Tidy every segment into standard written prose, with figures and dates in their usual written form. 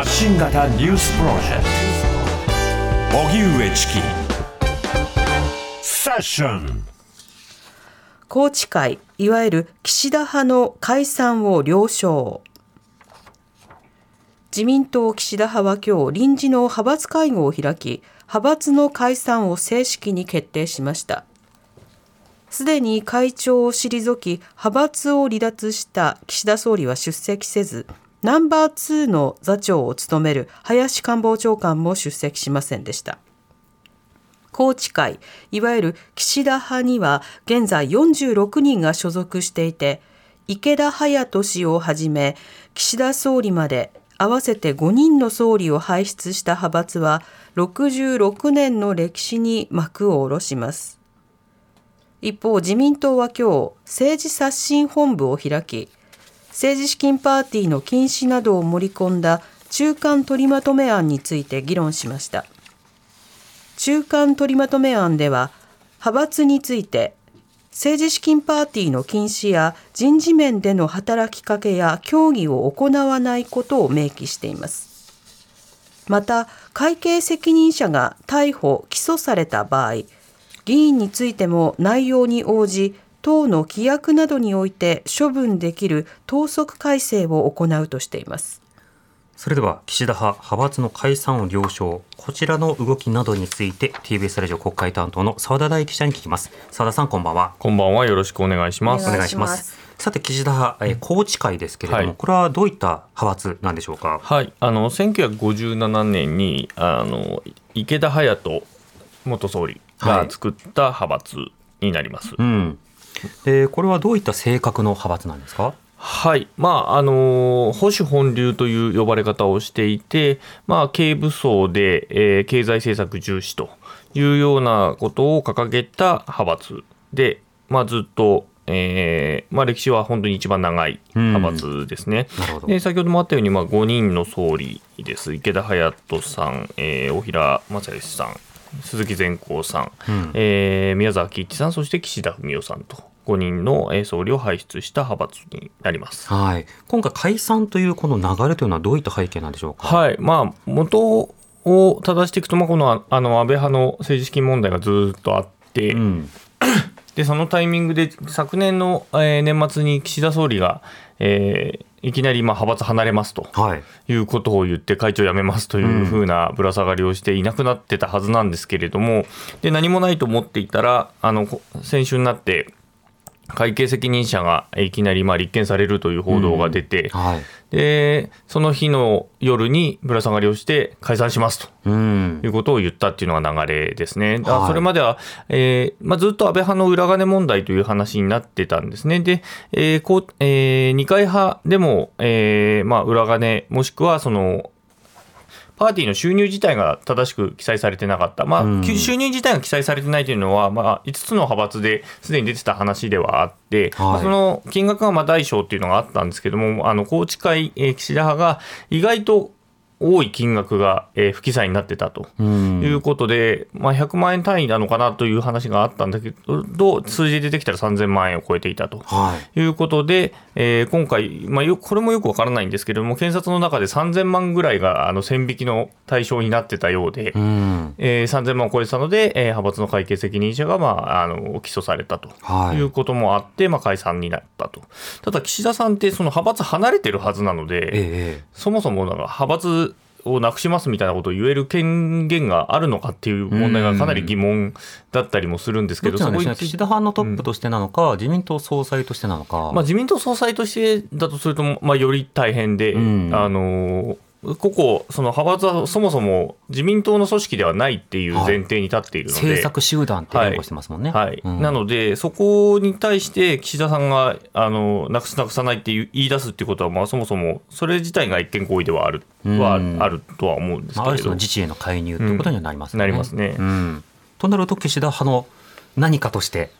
発信型ニュースプロジェクト荻上チキセッション。 宏池会、いわゆる岸田派の解散を了承。自民党岸田派は今日臨時の派閥会合を開き、派閥の解散を正式に決定しました。すでに会長を退き派閥を離脱した岸田総理は出席せず、ナンバー2の座長を務める林官房長官も出席しませんでした。宏池会、いわゆる岸田派には現在46人が所属していて、池田勇人氏をはじめ岸田総理まで合わせて5人の総理を輩出した派閥は66年の歴史に幕を下ろします。一方、自民党は今日政治刷新本部を開き、政治資金パーティーの禁止などを盛り込んだ中間取りまとめ案について議論しました。中間取りまとめ案では、派閥について政治資金パーティーの禁止や人事面での働きかけや協議を行わないことを明記しています。また、会計責任者が逮捕・起訴された場合、議員についても内容に応じ、党の規約などにおいて処分できる党則改正を行うとしています。 それでは岸田派閥の解散を了承、こちらの動きなどについて TBS ラジオ国会担当の澤田大記者に聞きます。澤田さん、こんばんは。 こんばんは、よろしくお願いします。 お願いします。 さて、岸田派、宏池会ですけれども、これはどういった派閥なんでしょうか。 はい、1957年に池田勇人元総理が作った派閥になります。 これはどういった性格の派閥なんですか。 はい、保守本流という呼ばれ方をしていて、軽武装で、経済政策重視というようなことを掲げた派閥で、ずっと、歴史は本当に一番長い派閥ですね。で、先ほどもあったように、5人の総理です。池田勇人さん、大平正芳さん、鈴木善幸さん、宮沢喜一さん、そして岸田文雄さんと5人の総理を輩出した派閥になります。 はい、今回解散というこの流れというのはどういった背景なんでしょうか。 はい、元を正していくと、この安倍派の政治資金問題がずっとあって、でそのタイミングで昨年の、年末に岸田総理が、いきなり派閥離れますということを言って、会長辞めますというふうなぶら下がりをしていなくなってたはずなんですけれども、で何もないと思っていたら先週になって会計責任者がいきなり立件されるという報道が出て、でその日の夜にぶら下がりをして解散しますということを言ったっていうのが流れですね。それまでは、ずっと安倍派の裏金問題という話になってたんですね。で、二階派でも、裏金もしくはそのパーティーの収入自体が正しく記載されてなかった、収入自体が記載されてないというのは、5つの派閥ですでに出てた話ではあって、その金額が大小というのがあったんですけども、宏池会、岸田派が意外と多い金額が不記載になってたということで、100万円単位なのかなという話があったんだけど、数字で出てきたら3000万円を超えていたということで、今回、これもよくわからないんですけれども、検察の中で3000万ぐらいが線引きの対象になってたようで、3000万を超えてたので、派閥の会計責任者が起訴されたということもあって、解散になったと。ただ岸田さんってその派閥離れてるはずなので、そもそも派閥をなくしますみたいなことを言える権限があるのかっていう問題がかなり疑問だったりもするんですけど、 岸田派のトップとしてなのか、自民党総裁としてなのか。 自民党総裁としてだとすると、より大変で、その派閥はそもそも自民党の組織ではないっていう前提に立っているので、 政策集団って連呼してますもんね。 なのでそこに対して岸田さんがなくさないって言い出すっていうことは、そもそもそれ自体が一見行為ではあるとは思うんですけれど、 ある種の自治への介入ということにはなりますね。 なりますね。 となると岸田派の何かとして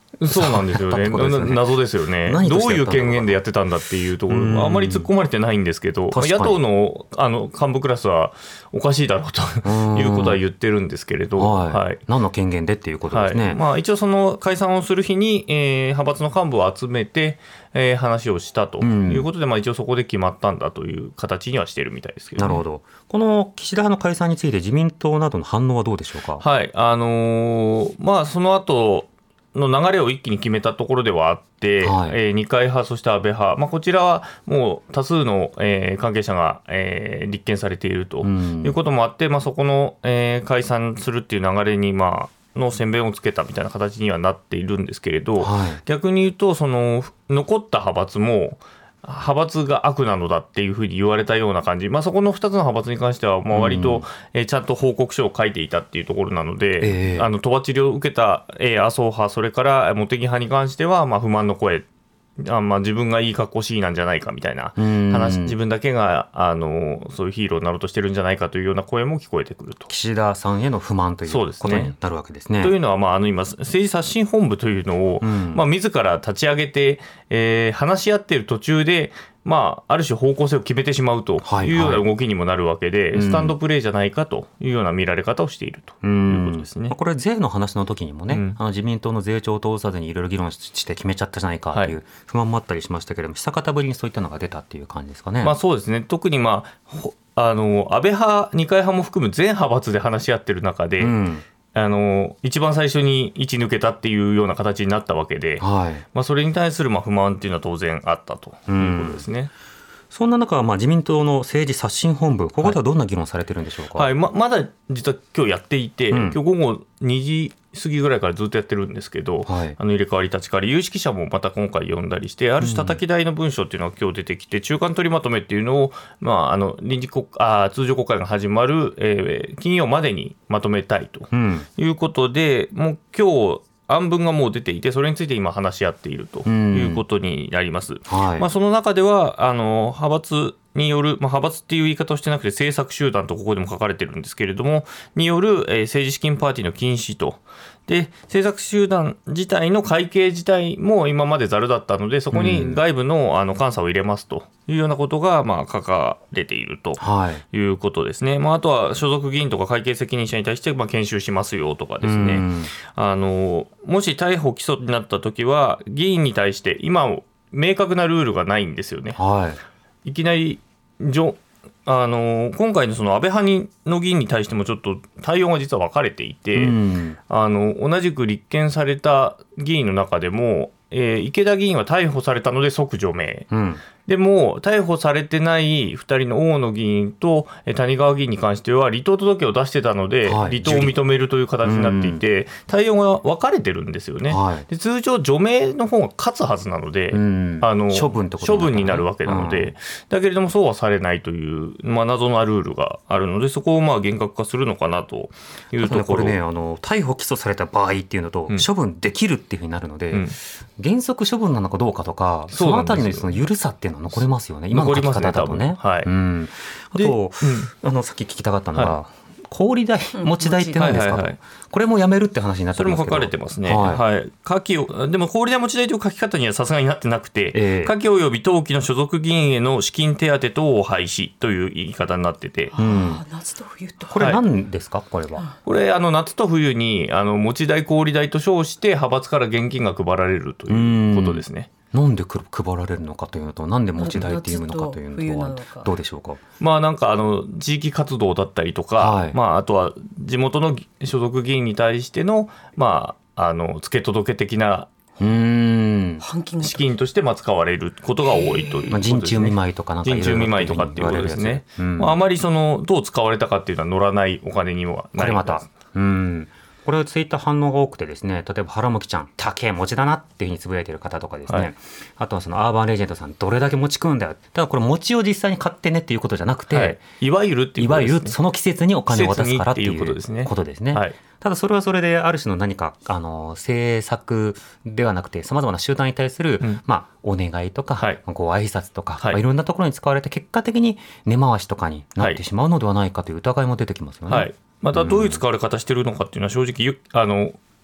そうなんですよね。謎ですよね。どういう権限でやってたんだっていうところ、あんまり突っ込まれてないんですけど、野党の幹部クラスはおかしいだろうということは言ってるんですけれど、 はい、何の権限でっていうことですね。 一応その解散をする日に、派閥の幹部を集めて、話をしたということで、一応そこで決まったんだという形にはしているみたいですけど、ね、 なるほど。この岸田派の解散について自民党などの反応はどうでしょうか。 はい、その後の流れを一気に決めたところではあって、二階派、そして安倍派、こちらはもう多数の、関係者が、立件されているということもあって、そこの、解散するっていう流れに、の先鞭をつけたみたいな形にはなっているんですけれど、逆に言うとその残った派閥も派閥が悪なのだっていうふうに言われたような感じ、そこの2つの派閥に関しては割とちゃんと報告書を書いていたっていうところなので、とばちりを受けた麻生派、それから茂木派に関しては不満の声、自分がいい格好しいなんじゃないかみたいな話、自分だけがそういうヒーローになろうとしてるんじゃないかというような声も聞こえてくると。 岸田さんへの不満ということになるわけですね。 というのは、今政治刷新本部というのを、自ら立ち上げて、話し合っている途中である種方向性を決めてしまうというような動きにもなるわけで、スタンドプレーじゃないかというような見られ方をしているということですね。 これ税の話の時にもね、自民党の税調を通さずにいろいろ議論して決めちゃったじゃないかという不満もあったりしましたけれども、久方ぶりにそういったのが出たっていう感じですかね。 そうですね。特に安倍派、二階派も含む全派閥で話し合ってる中で、一番最初に位置抜けたっていうような形になったわけで、それに対する不満っていうのは当然あったということですね。 そんな中、自民党の政治刷新本部、ここではどんな議論されてるんでしょうか。 まだ実は今日やっていて、今日午後2時過ぎぐらいからずっとやってるんですけど、入れ替わり立ち替わり、有識者もまた今回呼んだりして、ある種叩き台の文書っていうのが今日出てきて、中間取りまとめっていうのを、通常国会が始まる、金曜までにまとめたいということで、もう今日案文がもう出ていて、それについて今話し合っているということになります。その中では派閥による、派閥っていう言い方をしてなくて政策集団とここでも書かれてるんですけれども、による、政治資金パーティーの禁止と、で政策集団自体の会計自体も今までざるだったので、そこに外部の、監査を入れますというようなことが書かれているということですね。あとは所属議員とか会計責任者に対して研修しますよとかですね、もし逮捕起訴になったときは議員に対して今明確なルールがないんですよね。いきなり今回のその安倍派の議員に対してもちょっと対応が実は分かれていて、同じく立憲された議員の中でも、池田議員は逮捕されたので即除名、でも逮捕されてない2人の大野議員と谷川議員に関しては離党届を出してたので、離党を認めるという形になっていて、対応が分かれてるんですよね。で通常除名の方が勝つはずなので、処分になるわけなので、だけれどもそうはされないという、謎のルールがあるので、そこを厳格化するのかなというところ。 これね、逮捕起訴された場合っていうのと、処分できるっていうふうになるので、原則処分なのかどうかとか、そのあたりのその緩さっていうのは残りますよね、今の書き方だとね。あと、さっき聞きたかったのが、小売代、持ち代って何ですかと、これもやめるって話になってますけど、 それも書かれてますね。でも小売代持ち代という書き方にはさすがになってなくて、下記及び当期の所属議員への資金手当等を廃止という言い方になってて、 夏と冬と、 これ何ですか、これは。 これ夏と冬に持ち代小売代と称して派閥から現金が配られるということですね。 なんで配られるのかというのと、なんで持ち代っていうのかというのはどうでしょうか。 地域活動だったりとか、あとは地元の所属議員に対しての付け届け的な資金として使われることが多いということですね。 陣中見舞いとか陣中見舞いとかっていうことですね。あまりどう使われたかっていうのは乗らないお金にはなります。 これツイッター反応が多くてですね、例えば原向ちゃん高え餅だなっていうふうにつぶやいてる方とかですね、あとはそのアーバンレジェンドさんどれだけ餅食うんだよ、ただこれ餅を実際に買ってねっていうことじゃなくて、 いわゆるっていうことですね。 いわゆるその季節にお金を渡すからっていうことですね。ただそれはそれである種の何か政策ではなくて、さまざまな集団に対する、お願いとか、ご挨拶とか、いろんなところに使われて結果的に根回しとかになってしまうのではないかという疑いも出てきますよね。 またどういう使われ方してるのかっていうのは正直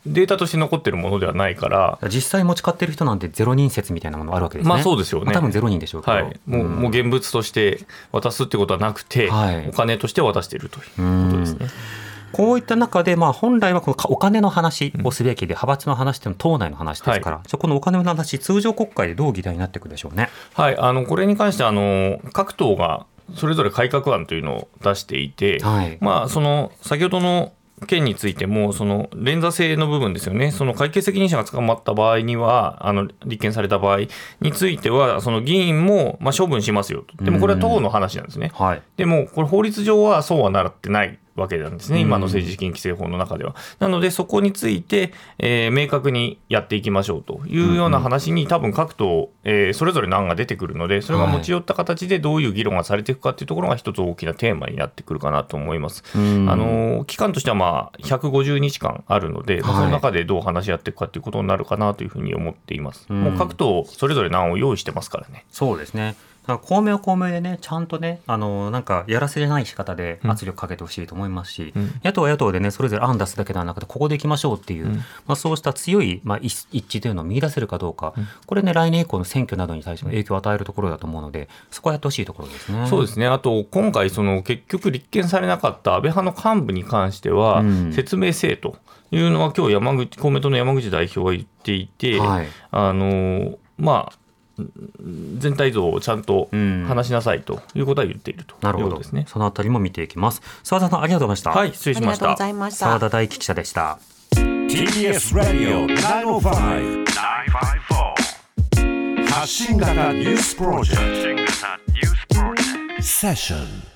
データとして残ってるものではないから、 実際持ち買ってる人なんて0人説みたいなものあるわけですね。 まあそうですよね。 多分0人でしょうけど、 もう現物として渡すってことはなくて、お金として渡しているということですね。 こういった中で、本来はこのお金の話をすべきで、派閥の話というのは党内の話ですから、じゃあこのお金の話、通常国会でどう議題になっていくでしょうね。 これに関しては各党がそれぞれ改革案というのを出していて、その先ほどの件についても、その連座制の部分ですよね、その会計責任者が捕まった場合には、立件された場合については、その議員も処分しますよと。でもこれは党の話なんですね。でもこれ法律上はそうはなってないわけなんですね、今の政治資金規正法の中では。なのでそこについて、明確にやっていきましょうというような話に、多分各党、それぞれの案が出てくるので、それが持ち寄った形でどういう議論がされていくかというところが一つ大きなテーマになってくるかなと思います。期間としては150日間あるので、その中でどう話し合っていくかということになるかなというふうに思っています。もう各党それぞれの案を用意してますからね。 そうですね。公明は公明でね、ちゃんとね、なんかやらせない仕方で圧力かけてほしいと思いますし、野党は野党でね、それぞれ案出すだけではなくて、ここでいきましょうっていう、そうした強い、一致というのを見出せるかどうか、これね、来年以降の選挙などに対しても影響を与えるところだと思うので、そこはやってほしいところですね。 そうですね。あと、今回、結局立件されなかった安倍派の幹部に関しては、説明せえというのは、今日公明党の山口代表が言っていて、全体像をちゃんと話しなさいということは言っているということですね。 なるほど。そのあたりも見ていきます。澤田さん、ありがとうございました。 はい、失礼しました。 澤田大樹記者でした。 TBS Radio 905-954発信型ニュースプロジェクトセッション